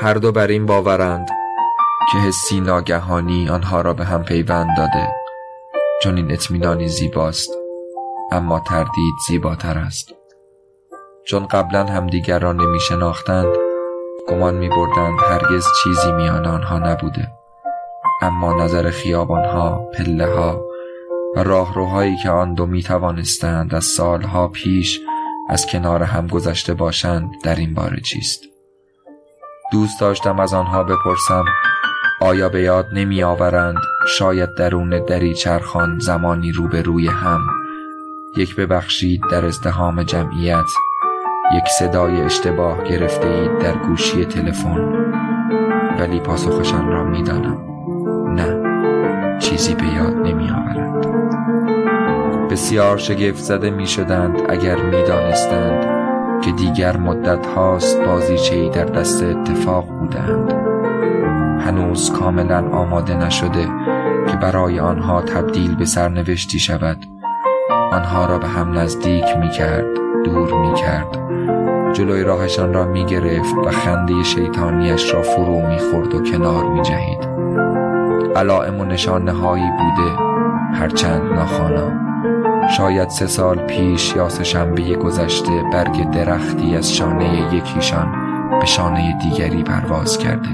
هر دو بر این باورند که حسی ناگهانی آنها را به هم پیوند داده. چون این اطمینانی زیباست، اما تردید زیباتر است. چون قبلا همدیگر را نمی شناختند، گمان می بردند هرگز چیزی میان آنها نبوده. اما نظر خیابانها، پله ها و راهروهایی که آن دو می توانستند از سالها پیش از کنار هم گذشته باشند در این باره چیست؟ دوست داشتم از آنها بپرسم آیا به یاد نمی آورند شاید درون دری چرخان زمانی روبروی هم، یک ببخشید در ازدحام جمعیت، یک صدای اشتباه گرفته اید در گوشی تلفن. ولی پاسخشان را می دانم. نه، چیزی به یاد نمی آورند. بسیار شگفت زده می شدند اگر می دانستند که دیگر مدت هاست بازیچه‌ای در دست اتفاق بودند. هنوز کاملا آماده نشده که برای آنها تبدیل به سرنوشتی شود. آنها را به هم نزدیک می کرد، دور می کرد، جلوی راهشان را می گرفت و خنده شیطانیش را فرو می خورد و کنار می جهید. علائم و نشانه هایی بوده، هرچند ناخوانا. شاید 3 سال پیش یا 3 شنبه گذشته برگ درختی از شانه یکیشان به شانه دیگری پرواز کرده.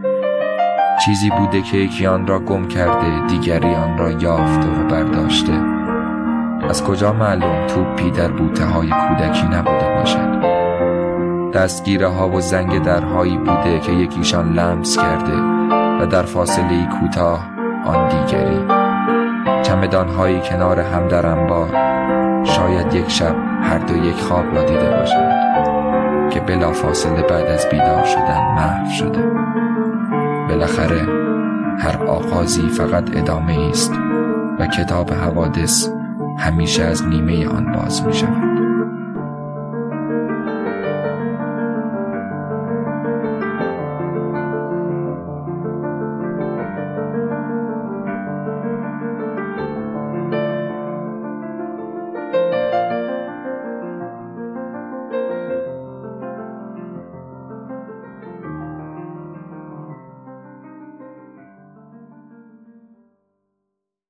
چیزی بوده که یکی آن را گم کرده، دیگری آن را یافته و برداشته. از کجا معلوم توپی در بوته های کودکی نبوده باشد؟ دستگیره ها و زنگ درهایی بوده که یکیشان لمس کرده و در فاصله کوتاه آن دیگری. چمدان هایی کنار هم در انبار، شاید یک شب هر دو یک خواب را دیده باشند که بلا فاصله بعد از بیدار شدن محو شده. بالاخره هر آغازی فقط ادامه است و کتاب حوادث همیشه از نیمه آن باز می شود.